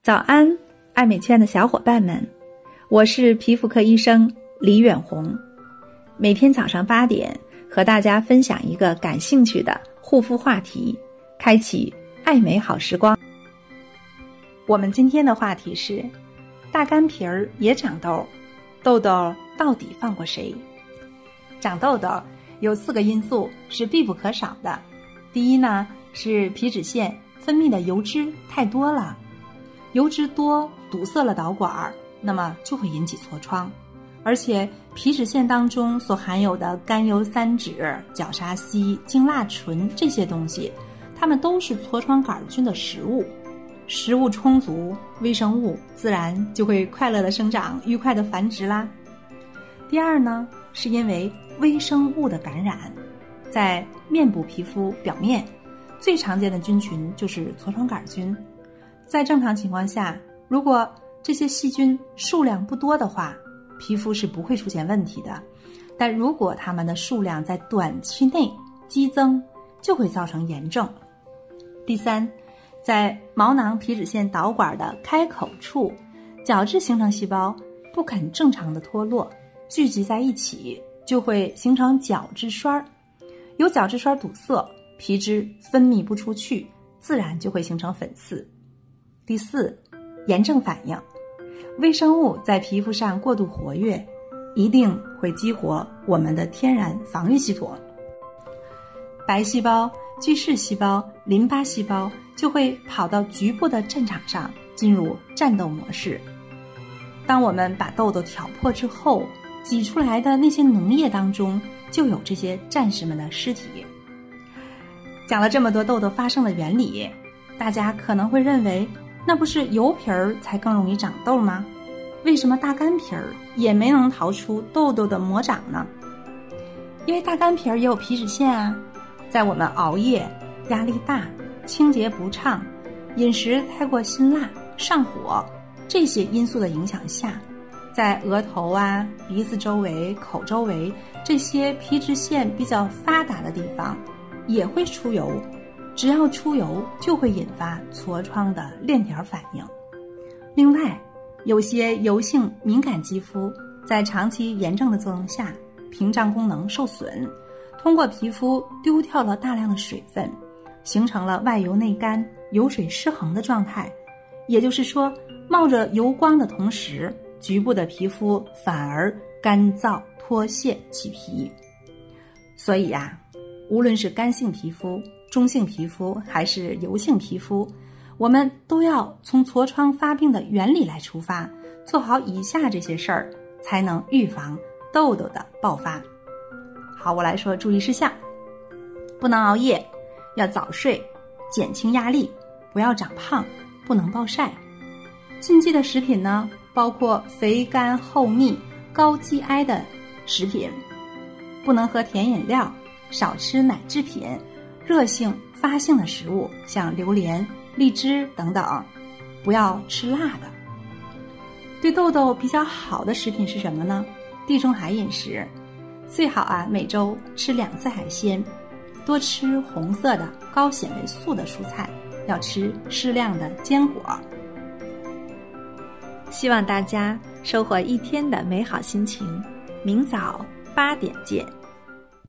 早安，爱美圈的小伙伴们，我是皮肤科医生李远红。每天早上8点和大家分享一个感兴趣的护肤话题，开启爱美好时光。我们今天的话题是大干皮儿也长痘，痘痘到底放过谁？长痘痘有4个因素是必不可少的。第一呢，是皮脂腺分泌的油脂太多了，油脂多堵塞了导管，那么就会引起痤疮。而且皮脂腺当中所含有的甘油三酯、角鲨烯、精蜡醇这些东西，它们都是痤疮杆菌的食物。食物充足，微生物自然就会快乐的生长，愉快的繁殖啦。第二呢，是因为微生物的感染。在面部皮肤表面最常见的菌群就是痤疮杆菌。在正常情况下，如果这些细菌数量不多的话，皮肤是不会出现问题的。但如果它们的数量在短期内激增，就会造成炎症。第三，在毛囊皮脂腺导管的开口处，角质形成细胞不肯正常的脱落，聚集在一起，就会形成角质栓。有角质栓堵塞，皮脂分泌不出去，自然就会形成粉刺。第四，炎症反应。微生物在皮肤上过度活跃，一定会激活我们的天然防御系统。白细胞、巨噬细胞、淋巴细胞就会跑到局部的战场上，进入战斗模式。当我们把痘痘挑破之后，挤出来的那些脓液当中就有这些战士们的尸体。讲了这么多痘痘发生的原理，大家可能会认为，那不是油皮儿才更容易长痘吗？为什么大干皮儿也没能逃出痘痘的魔掌呢？因为大干皮儿也有皮脂腺啊。在我们熬夜、压力大、清洁不畅、饮食太过辛辣、上火这些因素的影响下，在额头啊、鼻子周围、口周围这些皮脂腺比较发达的地方也会出油。只要出油，就会引发痤疮的链条反应。另外，有些油性敏感肌肤在长期炎症的作用下，屏障功能受损，通过皮肤丢掉了大量的水分，形成了外油内干、油水失衡的状态。也就是说，冒着油光的同时，局部的皮肤反而干燥、脱屑、起皮。所以无论是干性皮肤、中性皮肤还是油性皮肤，我们都要从痤疮发病的原理来出发，做好以下这些事儿，才能预防痘痘的爆发。好，我来说注意事项。不能熬夜，要早睡，减轻压力，不要长胖，不能暴晒。禁忌的食品呢，包括肥甘厚腻、高 GI 的食品，不能喝甜饮料，少吃奶制品，热性发性的食物，像榴莲、荔枝等等，不要吃辣的。对痘痘比较好的食品是什么呢？地中海饮食，最好每周吃2次海鲜，多吃红色的高纤维素的蔬菜，要吃适量的坚果。希望大家收获一天的美好心情，明早8点见。